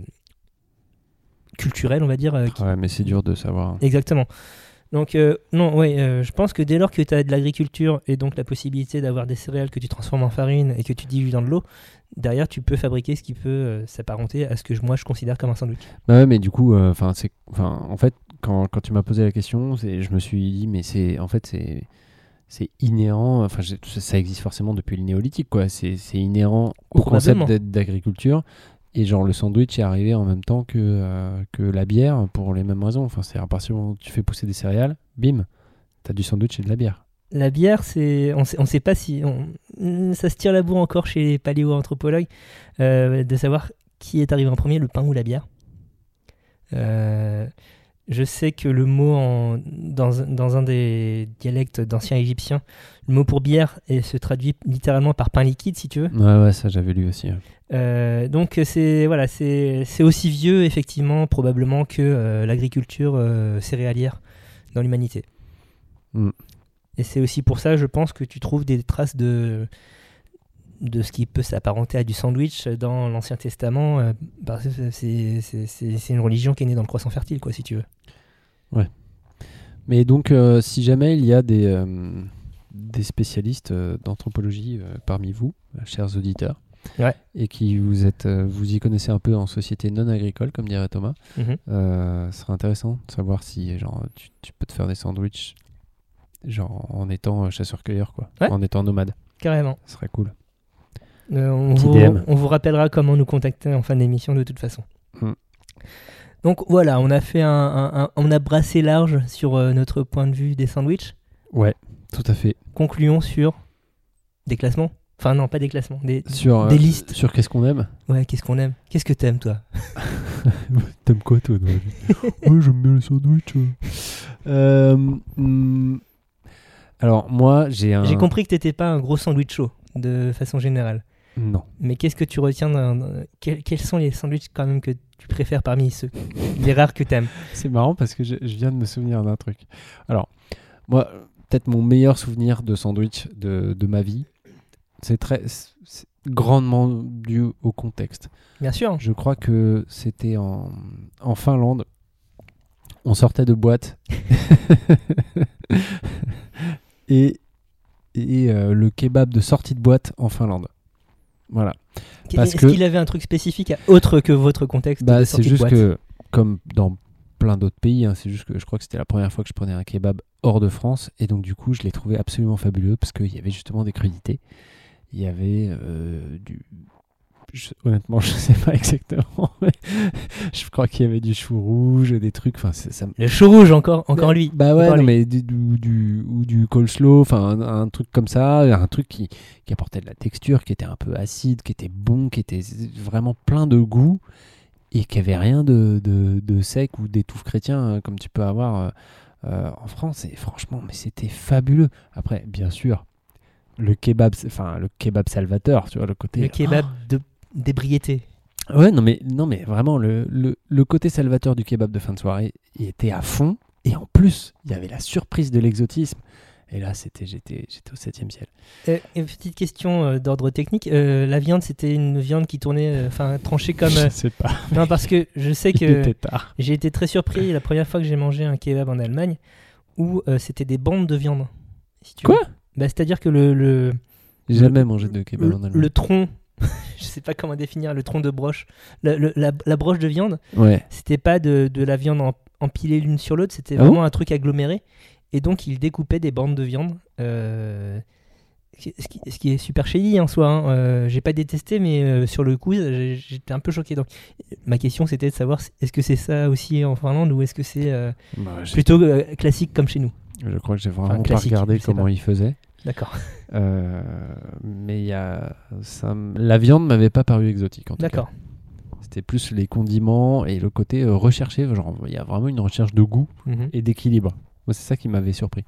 culturels on va dire. Ouais mais c'est dur de savoir. Exactement. Donc je pense que dès lors que tu as de l'agriculture et donc la possibilité d'avoir des céréales que tu transformes en farine et que tu dilues dans de l'eau, derrière tu peux fabriquer ce qui peut s'apparenter à ce que moi je considère comme un sandwich. Bah ouais, mais du coup en fait quand tu m'as posé la question, je me suis dit mais c'est inhérent, enfin ça existe forcément depuis le néolithique quoi, c'est inhérent au concept d'agriculture. Et genre le sandwich est arrivé en même temps que la bière pour les mêmes raisons. Enfin, c'est à partir du moment où tu fais pousser des céréales, bim, t'as du sandwich et de la bière. la bière, on sait pas si... ça se tire la bourre encore chez les paléo-anthropologues de savoir qui est arrivé en premier, le pain ou la bière. Je sais que le mot, dans un des dialectes d'anciens égyptiens, le mot pour bière se traduit littéralement par pain liquide, si tu veux. Ouais, ça j'avais lu aussi. Donc c'est aussi vieux, effectivement, probablement, que l'agriculture céréalière dans l'humanité. Et c'est aussi pour ça, je pense, que tu trouves des traces de ce qui peut s'apparenter à du sandwich dans l'Ancien Testament. Parce que c'est une religion qui est née dans le croissant fertile, quoi, si tu veux. Ouais. Mais donc, si jamais il y a des spécialistes d'anthropologie parmi vous, chers auditeurs, et qui vous y connaissez un peu en société non agricole, comme dirait Thomas, ce serait intéressant de savoir si genre, tu peux te faire des sandwichs genre, en étant chasseur-cueilleur, quoi, en étant nomade. Carrément. Ce serait cool. On vous rappellera comment nous contacter en fin d'émission de toute façon. Donc voilà, on a fait on a brassé large sur notre point de vue des sandwichs. Ouais, tout à fait. Concluons sur des classements. Enfin non, pas des classements, des listes. Sur qu'est-ce qu'on aime. Ouais, qu'est-ce qu'on aime. Qu'est-ce que t'aimes, toi? T'aimes quoi, toi, dans la vie? Ouais, j'aime bien les sandwichs. Alors moi, j'ai compris que t'étais pas un gros sandwich chaud, de façon générale. Non. Mais qu'est-ce que tu retiens quels sont les sandwichs quand même que tu préfères parmi ceux les rares que t'aimes? C'est marrant parce que je viens de me souvenir d'un truc. Alors, moi, peut-être mon meilleur souvenir de sandwich de ma vie, c'est grandement dû au contexte. Bien sûr. Je crois que c'était en Finlande. On sortait de boîte et le kebab de sortie de boîte en Finlande. Voilà. Est-ce qu'il avait un truc spécifique autre que votre contexte de sortie de boîte? C'est juste que, comme dans plein d'autres pays, c'est juste que je crois que c'était la première fois que je prenais un kebab hors de France, et donc du coup je l'ai trouvé absolument fabuleux parce qu'il y avait justement des crudités. Il y avait honnêtement, je sais pas exactement, mais je crois qu'il y avait du chou rouge, des trucs. Le chou rouge encore lui. Bah ouais, non, mais du coleslaw, enfin un truc comme ça, un truc qui apportait de la texture, qui était un peu acide, qui était bon, qui était vraiment plein de goût et qui avait rien de sec ou d'étouffe chrétien comme tu peux avoir en France. Et franchement, mais c'était fabuleux. Après, bien sûr. Le kebab salvateur, tu vois, le côté... Le kebab d'ébriété. Ouais, non mais vraiment, le côté salvateur du kebab de fin de soirée, il était à fond. Et en plus, il y avait la surprise de l'exotisme. Et là, j'étais au 7e ciel. Une petite question d'ordre technique. La viande, c'était une viande qui tournait, tranchée comme... Je sais pas. Non, parce que je sais que j'ai été très surpris la première fois que j'ai mangé un kebab en Allemagne, où c'était des bandes de viande. Si tu Quoi veux. C'est-à-dire que J'ai jamais mangé de kebab en Allemagne. Le tronc, je sais pas comment définir, le tronc de broche, la broche de viande, c'était pas de la viande empilée l'une sur l'autre, c'était vraiment un truc aggloméré. Et donc, il découpait des bandes de viande, ce qui est super shady en soi. J'ai pas détesté, mais sur le coup, j'étais un peu choqué. Donc, ma question, c'était de savoir, est-ce que c'est ça aussi en Finlande ou est-ce que c'est plutôt classique comme chez nous? Je crois que j'ai vraiment pas regardé comment ils faisaient. D'accord. Mais la viande m'avait pas paru exotique en tout cas. C'était plus les condiments et le côté recherché. Genre, il y a vraiment une recherche de goût et d'équilibre. Moi, c'est ça qui m'avait surpris.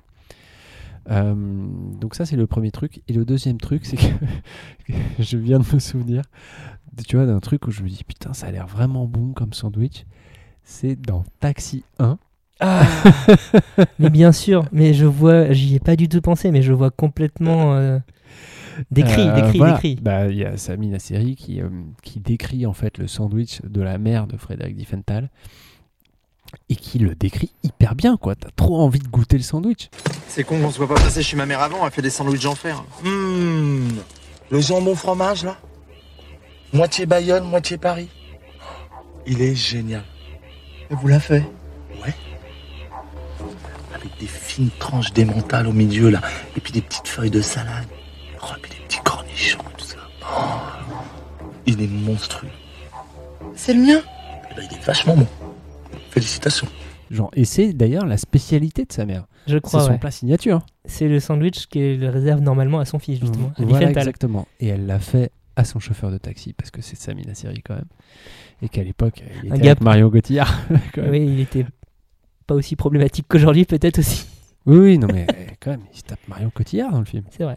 Donc ça, c'est le premier truc. Et le deuxième truc, c'est que je viens de me souvenir, tu vois, d'un truc où je me dis putain, ça a l'air vraiment bon comme sandwich. C'est dans Taxi 1. Ah, mais bien sûr, mais j'y ai pas du tout pensé, mais je vois complètement décrit. Bah, il y a Sami Nasseri qui décrit en fait le sandwich de la mère de Frédéric Diefenthal et qui le décrit hyper bien, quoi. T'as trop envie de goûter le sandwich. C'est con qu'on soit pas passé chez ma mère avant, elle fait des sandwichs en fer. Le jambon fromage là, moitié Bayonne, moitié Paris. Il est génial. Et vous l'a fait? Ouais. Avec des fines tranches d'émental au milieu là, et puis des petites feuilles de salade, et puis des petits cornichons et tout ça. Il est monstrueux. C'est le mien? Et ben, il est vachement bon. Félicitations. Genre, et c'est d'ailleurs la spécialité de sa mère. Je crois, c'est son plat signature. C'est le sandwich qu'elle réserve normalement à son fils, justement. Voilà, exactement. Et elle l'a fait à son chauffeur de taxi, parce que c'est Samina Seri quand même. Et qu'à l'époque, il était avec Marion Cotillard. Oui, il était pas aussi problématique qu'aujourd'hui, peut-être aussi. Oui, non, mais quand même, il se tape Marion Cotillard dans le film. C'est vrai.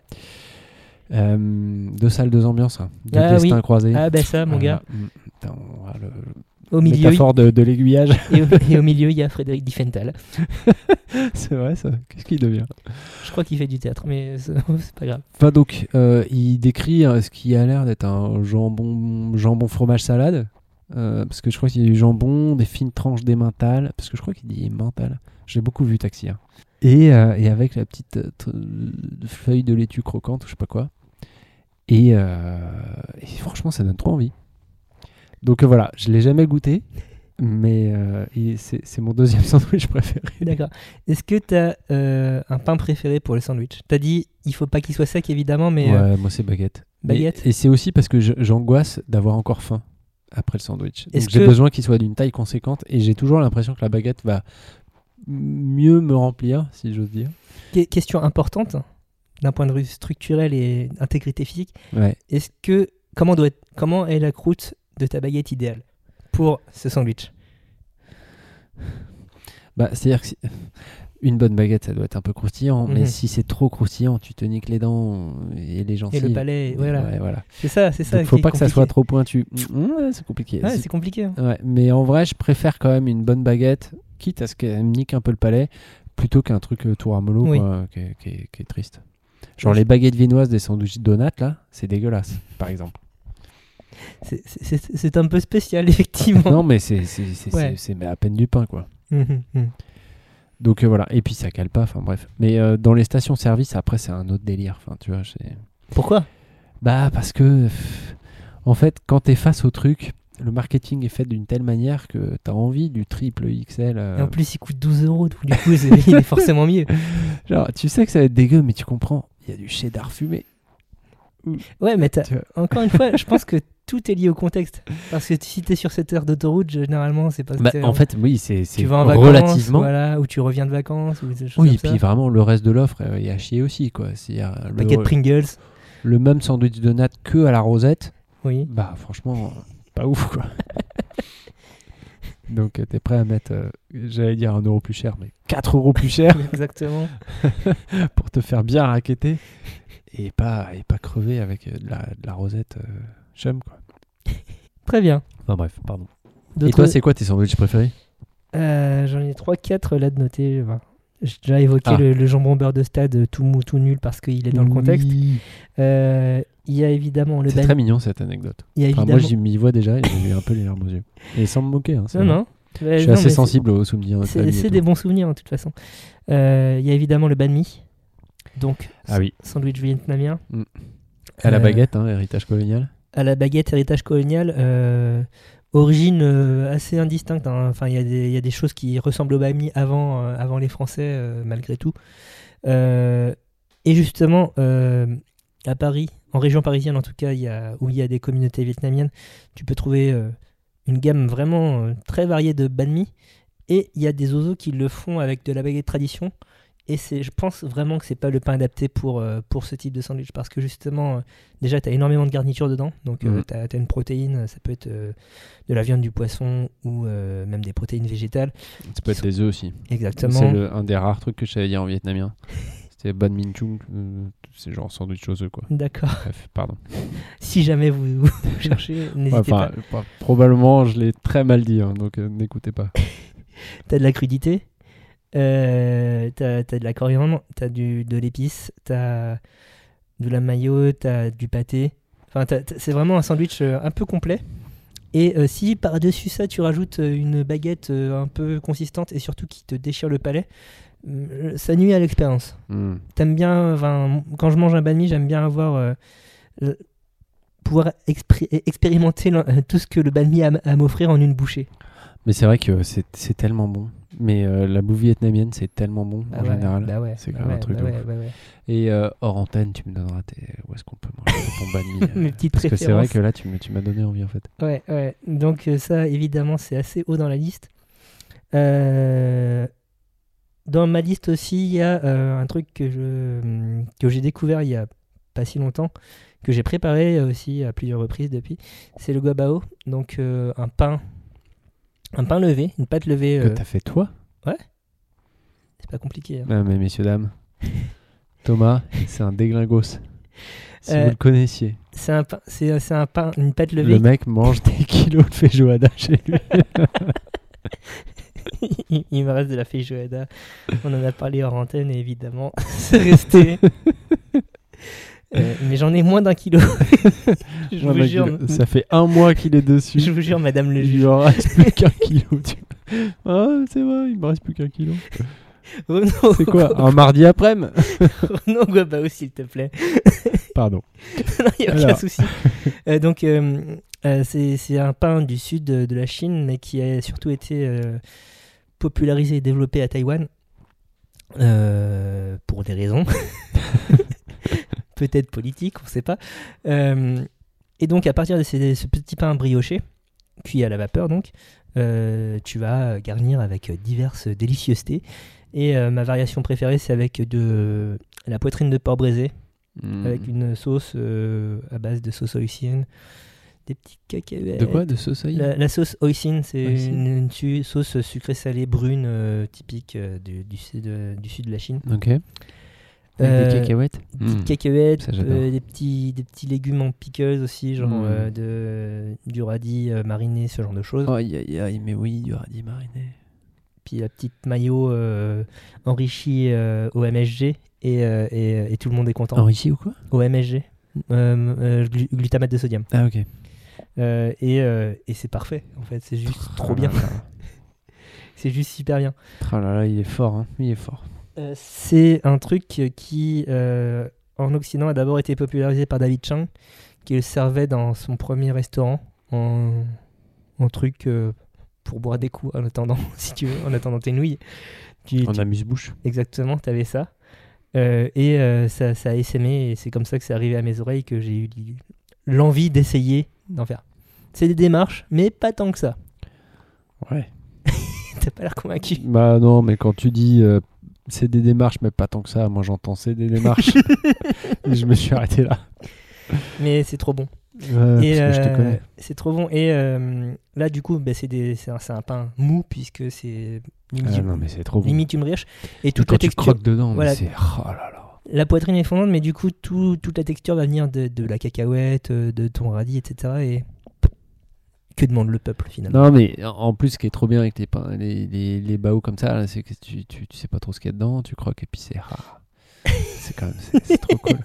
2 salles, 2 ambiances. Deux destins croisés. Ah, ben ça, mon gars. Putain, au milieu, métaphore de l'aiguillage. Et au milieu, il y a Frédéric Diffenthal. C'est vrai, ça. Qu'est-ce qu'il devient ? Je crois qu'il fait du théâtre, mais c'est pas grave. Enfin, donc, il décrit ce qui a l'air d'être un jambon fromage salade. Parce que je crois qu'il y a du jambon, des fines tranches d'emmental. Parce que je crois qu'il dit emmental. J'ai beaucoup vu Taxi. Hein. Et avec la petite feuille de laitue croquante, ou je sais pas quoi. Et franchement, ça donne trop envie. Donc voilà, je l'ai jamais goûté, mais c'est mon deuxième sandwich préféré. D'accord. Est-ce que tu as un pain préféré pour le sandwich ? Tu as dit il faut pas qu'il soit sec évidemment, mais ouais, moi c'est baguette. Et c'est aussi parce que j'angoisse d'avoir encore faim après le sandwich. Donc j'ai besoin qu'il soit d'une taille conséquente et j'ai toujours l'impression que la baguette va mieux me remplir, si j'ose dire. Question importante d'un point de vue structurel et intégrité physique. Ouais. Est-ce que comment est la croûte de ta baguette idéale pour ce sandwich ? C'est-à-dire que une bonne baguette, ça doit être un peu croustillant, mais si c'est trop croustillant, tu te niques les dents et les gencives. Et le palais, voilà. Ouais, voilà. C'est ça. Donc, faut pas que ça soit trop pointu. C'est compliqué. Ouais, c'est compliqué. Hein. Ouais, mais en vrai, je préfère quand même une bonne baguette, quitte à ce qu'elle me nique un peu le palais, plutôt qu'un truc tout ramollo quoi, qui est triste. Genre les baguettes viennoises des sandwichs donuts, là, c'est dégueulasse, par exemple. C'est un peu spécial, effectivement. Non, mais c'est à peine du pain, quoi. Donc voilà, et puis ça cale pas, enfin bref. Mais dans les stations-service, après, c'est un autre délire. Enfin, tu vois, Pourquoi ? Parce que, en fait, quand t'es face au truc, le marketing est fait d'une telle manière que t'as envie du triple XL. Et en plus, il coûte 12 €, donc du coup, il est forcément mieux. Genre, tu sais que ça va être dégueu, mais tu comprends, il y a du cheddar fumé. Ouais, mais encore une fois, je pense que tout est lié au contexte. Parce que si t'es sur cette heure d'autoroute, généralement, c'est pas... en fait, oui, c'est tu vas en vacances, relativement... Voilà, ou tu reviens de vacances, ou des choses oui, et comme puis ça. vraiment, le reste de l'offre, il y a à chier aussi, quoi. Baguette Pringles. Le même sandwich de nat que à la rosette. Oui. Franchement, pas ouf, quoi. Donc, t'es prêt à mettre, j'allais dire 1 € plus cher, mais 4 € plus cher. Exactement. Pour te faire bien raqueter. Et pas crever avec de la rosette chum, quoi. Très bien. Enfin bref, pardon. Et toi, c'est quoi tes sandwichs préférés ? J'en ai 3-4 là de noter. J'ai déjà évoqué le jambon beurre de stade, tout mou, tout nul, parce qu'il est dans le contexte. Il y a évidemment le... C'est très mignon cette anecdote. Moi, j'y m'y vois déjà et j'ai eu un peu les larmes aux yeux. Et sans me moquer. Hein, non. Je suis assez sensible aux souvenirs. C'est des bons souvenirs, de toute façon. Il y a évidemment le banh mi. Donc, sandwich vietnamien. À la baguette, héritage colonial. À la baguette, héritage colonial. Origine assez indistincte. Enfin, il y a des choses qui ressemblent au banh mi avant les Français, malgré tout. Et justement, à Paris, en région parisienne en tout cas, où il y a des communautés vietnamiennes, tu peux trouver une gamme vraiment très variée de banh mi. Et il y a des oiseaux qui le font avec de la baguette tradition. Et je pense vraiment que c'est pas le pain adapté pour ce type de sandwich, parce que justement, déjà, tu as énormément de garniture dedans, donc tu as une protéine, ça peut être de la viande, du poisson, ou même des protéines végétales. Ça peut être des œufs aussi. Exactement. C'est un des rares trucs que je savais dire en vietnamien. C'était banh mi chung, c'est genre sandwich aux œufs, quoi. D'accord. Bref, pardon. Si jamais vous cherchez, n'hésitez pas. Probablement, je l'ai très mal dit, donc n'écoutez pas. T'as de la crudité. T'as de la coriandre, t'as de l'épice, t'as de la mayo, t'as du pâté. Enfin, c'est vraiment un sandwich un peu complet. Et si par-dessus ça, tu rajoutes une baguette un peu consistante et surtout qui te déchire le palais, ça nuit à l'expérience. T'aimes bien, quand je mange un banh mi, j'aime bien pouvoir expérimenter tout ce que le banh mi a à m'offrir en une bouchée. Mais c'est vrai que c'est tellement bon. Mais la bouffe vietnamienne, c'est tellement bon en général. C'est quand même un truc de ouf. Et hors antenne, tu me donneras où est-ce qu'on peut manger ton banh mi. Mes petites parce préférences. que c'est vrai que là, tu m'as donné envie en fait. Ouais. Donc ça, évidemment, c'est assez haut dans la liste. Dans ma liste aussi, il y a un truc que j'ai découvert il y a pas si longtemps, que j'ai préparé aussi à plusieurs reprises depuis. C'est le guabao, donc un pain levé, une pâte levée. Que t'as fait toi ? Ouais. C'est pas compliqué. Hein. Mais messieurs, dames, Thomas, c'est un déglingos. Si vous le connaissiez. C'est un pain, une pâte levée. Le mec mange des kilos de feijoada chez lui. Il me reste de la feijoada. On en a parlé hors antenne et évidemment, c'est resté. Mais j'en ai moins d'1 kilo. Je vous jure. Ça fait 1 mois qu'il est dessus. Je vous jure, madame le juge. Il en reste plus qu'1 kilo. Ah, c'est vrai, il me reste plus qu'1 kilo. C'est quoi, un mardi après-midi? Non, guabao, s'il te plaît. Pardon. Non, il n'y a aucun souci. Donc, c'est un pain du sud de la Chine, mais qui a surtout été popularisé et développé à Taïwan pour des raisons peut-être politiques, on ne sait pas. Et donc, à partir de ce petit pain brioché, cuit à la vapeur, donc, tu vas garnir avec diverses délicieusetés. Et ma variation préférée, c'est avec de la poitrine de porc braisé, avec une sauce à base de sauce hoisin, des petits cacahuètes. De quoi? De sauce hoisin? La sauce hoisin, c'est une sauce sucrée salée brune typique du sud de la Chine. Ok. Des cacahuètes? Des petites cacahuètes, des petits légumes en pickles aussi, genre du radis mariné, ce genre de choses. Aïe, mais oui, du radis mariné. Puis la petite mayo enrichie au MSG et tout le monde est content. Enrichi ou quoi? Au MSG, glutamate de sodium. Ah ok. Et c'est parfait en fait, c'est juste trop bien. C'est juste super bien. Oh là là, il est fort, hein. Il est fort. C'est un truc qui en Occident a d'abord été popularisé par David Chang, qui le servait dans son premier restaurant en truc pour boire des coups en attendant, si tu veux, en attendant tes nouilles. En amuse-bouche. Exactement, t'avais ça. Ça a essaimé et c'est comme ça que c'est arrivé à mes oreilles que j'ai eu l'envie d'essayer d'en faire. C'est des démarches, mais pas tant que ça. Ouais. T'as pas l'air convaincu. Bah non, mais quand tu dis c'est des démarches, mais pas tant que ça, moi j'entends c'est des démarches. Et je me suis arrêté là. Mais c'est trop bon. Et parce que je te connais. C'est trop bon. Et là, du coup, c'est un pain mou puisque c'est non, mais c'est trop bon. Limite une brioche. Et toute quand la texture. Tu croques dedans, voilà. Mais c'est. Oh là là. La poitrine est fondante, mais du coup, toute la texture va venir de la cacahuète, de ton radis, etc. Et que demande le peuple finalement? Non, mais en plus, ce qui est trop bien avec les baos comme ça, là, c'est que tu sais pas trop ce qu'il y a dedans, tu croques et puis c'est quand même c'est trop cool.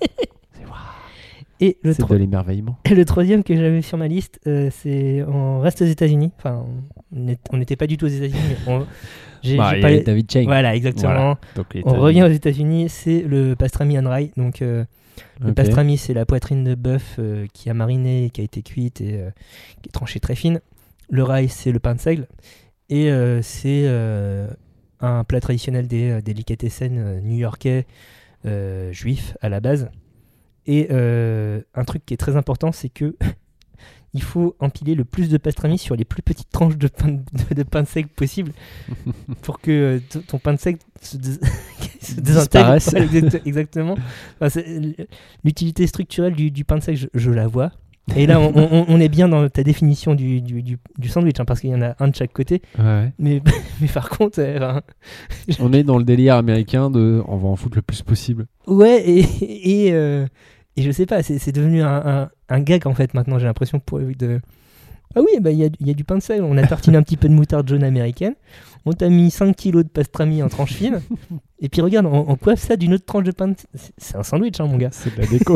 Et c'est de l'émerveillement. Le troisième que j'avais sur ma liste, on reste aux États-Unis. Enfin, on n'était pas du tout aux États-Unis, mais il y a David Chang. Voilà, exactement. Voilà. Donc, on revient aux États-Unis, c'est le pastrami on rye. Donc, le pastrami, c'est la poitrine de bœuf qui a mariné, qui a été cuite et qui est tranchée très fine. Le rye, c'est le pain de seigle. Et c'est un plat traditionnel des délicatessen new-yorkais juifs à la base. Et un truc qui est très important, c'est que il faut empiler le plus de pastrami sur les plus petites tranches de pain de seigle possible pour que ton pain de seigle se désintègre. Exactement. Enfin, l'utilité structurelle du pain de seigle, je la vois. Et là, on est bien dans ta définition du sandwich, hein, parce qu'il y en a un de chaque côté. Ouais. Mais par contre... on est dans le délire américain de on va en foutre le plus possible. Ouais, et je sais pas, c'est devenu un gag en fait maintenant, j'ai l'impression ah oui, bah, y a du pain de seigle, on a tartiné un petit peu de moutarde jaune américaine, on t'a mis 5 kilos de pastrami en tranche fine, et puis regarde, on coiffe ça d'une autre tranche de pain de... C'est un sandwich, hein, mon gars. C'est de la déco.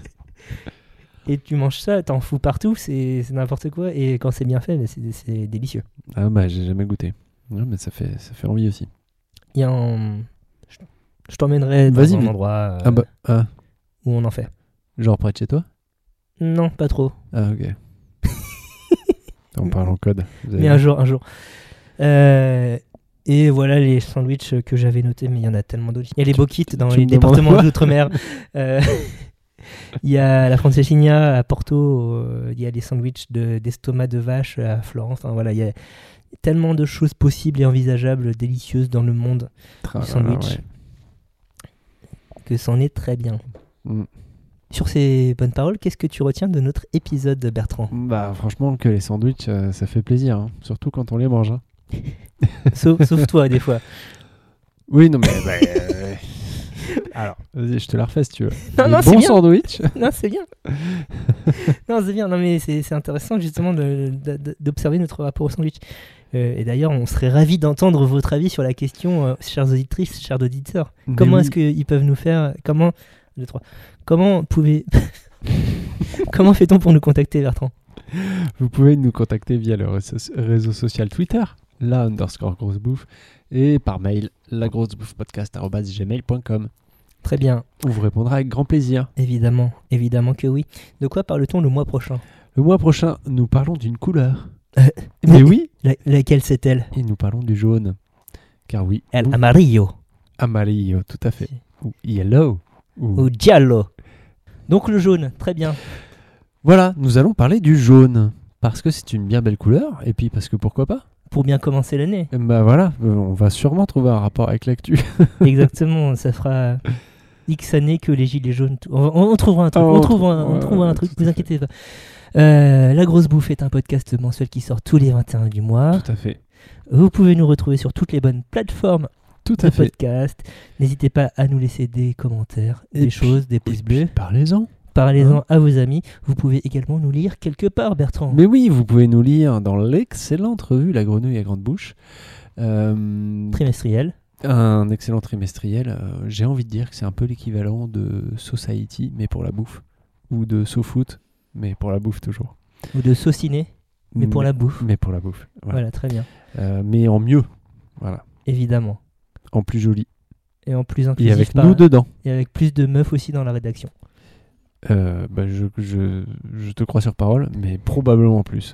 Et tu manges ça, t'en fous partout, c'est n'importe quoi, et quand c'est bien fait, c'est délicieux. Ah bah j'ai jamais goûté. Ouais, mais ça fait envie aussi. Il y a je t'emmènerai dans un endroit où on en fait. Genre près de chez toi? Non, pas trop. Ah ok. On parle en code. Mais un jour. Et voilà les sandwichs que j'avais notés, mais il y en a tellement d'autres. Il y a les bokits dans les départements d'outre-mer. Il y a la Franceschina à Porto, il y a les sandwichs d'estomac de vache à Florence. Enfin, voilà, il Tellement de choses possibles et envisageables, délicieuses dans le monde du sandwich. Ouais. Que c'en est très bien. Sur ces bonnes paroles, qu'est-ce que tu retiens de notre épisode, Bertrand ? Bah franchement que les sandwichs, ça fait plaisir, hein. Surtout quand on les mange. Hein. sauf toi, des fois. Oui, non mais... Alors, vas-y, je te la refais si tu veux. Non, c'est bien. Sandwich. Non, c'est bien. Non, c'est bien. Non, mais c'est intéressant justement d'observer notre rapport au sandwich. Et d'ailleurs, on serait ravis d'entendre votre avis sur la question, chères auditrices, chers auditeurs. Comment est-ce qu'ils peuvent nous faire... Comment fait-on pour nous contacter, Bertrand ? Vous pouvez nous contacter via le réseau social Twitter, _grossebouffe, et par mail, lagrossebouffepodcast@gmail.com. Très bien. On vous répondra avec grand plaisir. Évidemment que oui. De quoi parle-t-on le mois prochain ? Le mois prochain, nous parlons d'une couleur. Mais oui. Laquelle c'est-elle ? Et nous parlons du jaune. Car oui. El amarillo. Amarillo, tout à fait. Ou yellow. Ou giallo. Donc le jaune, très bien. Voilà, nous allons parler du jaune. Parce que c'est une bien belle couleur. Et puis parce que pourquoi pas ? Pour bien commencer l'année. Bah voilà, on va sûrement trouver un rapport avec l'actu. Exactement, ça fera X années que les gilets jaunes... On trouvera un truc, on trouvera un truc, vous inquiétez pas. La Grosse Bouffe est un podcast mensuel qui sort tous les 21 du mois. Tout à fait. Vous pouvez nous retrouver sur toutes les bonnes plateformes de podcast. N'hésitez pas à nous laisser des commentaires, des pouces bleus. Parlez-en à vos amis. Vous pouvez également nous lire quelque part, Bertrand. Mais oui, vous pouvez nous lire dans l'excellente revue La Grenouille à Grande Bouche. Trimestriel. Un excellent trimestriel. J'ai envie de dire que c'est un peu l'équivalent de Society, mais pour la bouffe. Ou de SoFoot, mais pour la bouffe toujours. Ou de Sauciné, mais pour la bouffe. Mais pour la bouffe. Voilà, très bien. Mais en mieux. Voilà. Évidemment. En plus joli. Et en plus inclusif. Et avec nous dedans. Et avec plus de meufs aussi dans la rédaction. Je te crois sur parole, mais probablement plus.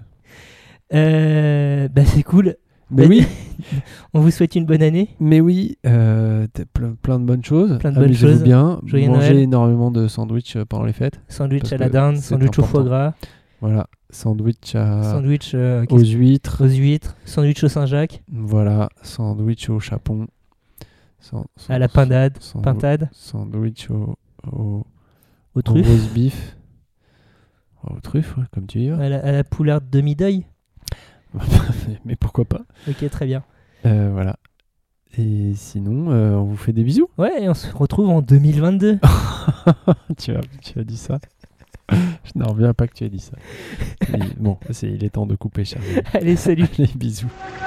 C'est cool. Mais oui. On vous souhaite une bonne année. Mais oui, plein de bonnes choses. Amusez-vous bien. Joyeux Mangez Noël. énormément de sandwich pendant les fêtes. Sandwich à la dinde, sandwich au foie gras. Voilà, sandwich aux huîtres. Sandwich au Saint-Jacques. Voilà, sandwich au chapon. À la pintade. Sandwich au truffes. Au roast beef. Aux truffes, ouais, comme tu dis. À la poularde demi-deuil. Mais pourquoi pas. Ok, très bien. Voilà. Et sinon, on vous fait des bisous. Ouais, et on se retrouve en 2022. tu as dit ça. Je n'en reviens pas que tu aies dit ça. Mais bon, il est temps de couper, cher. Allez, salut. Allez, bisous.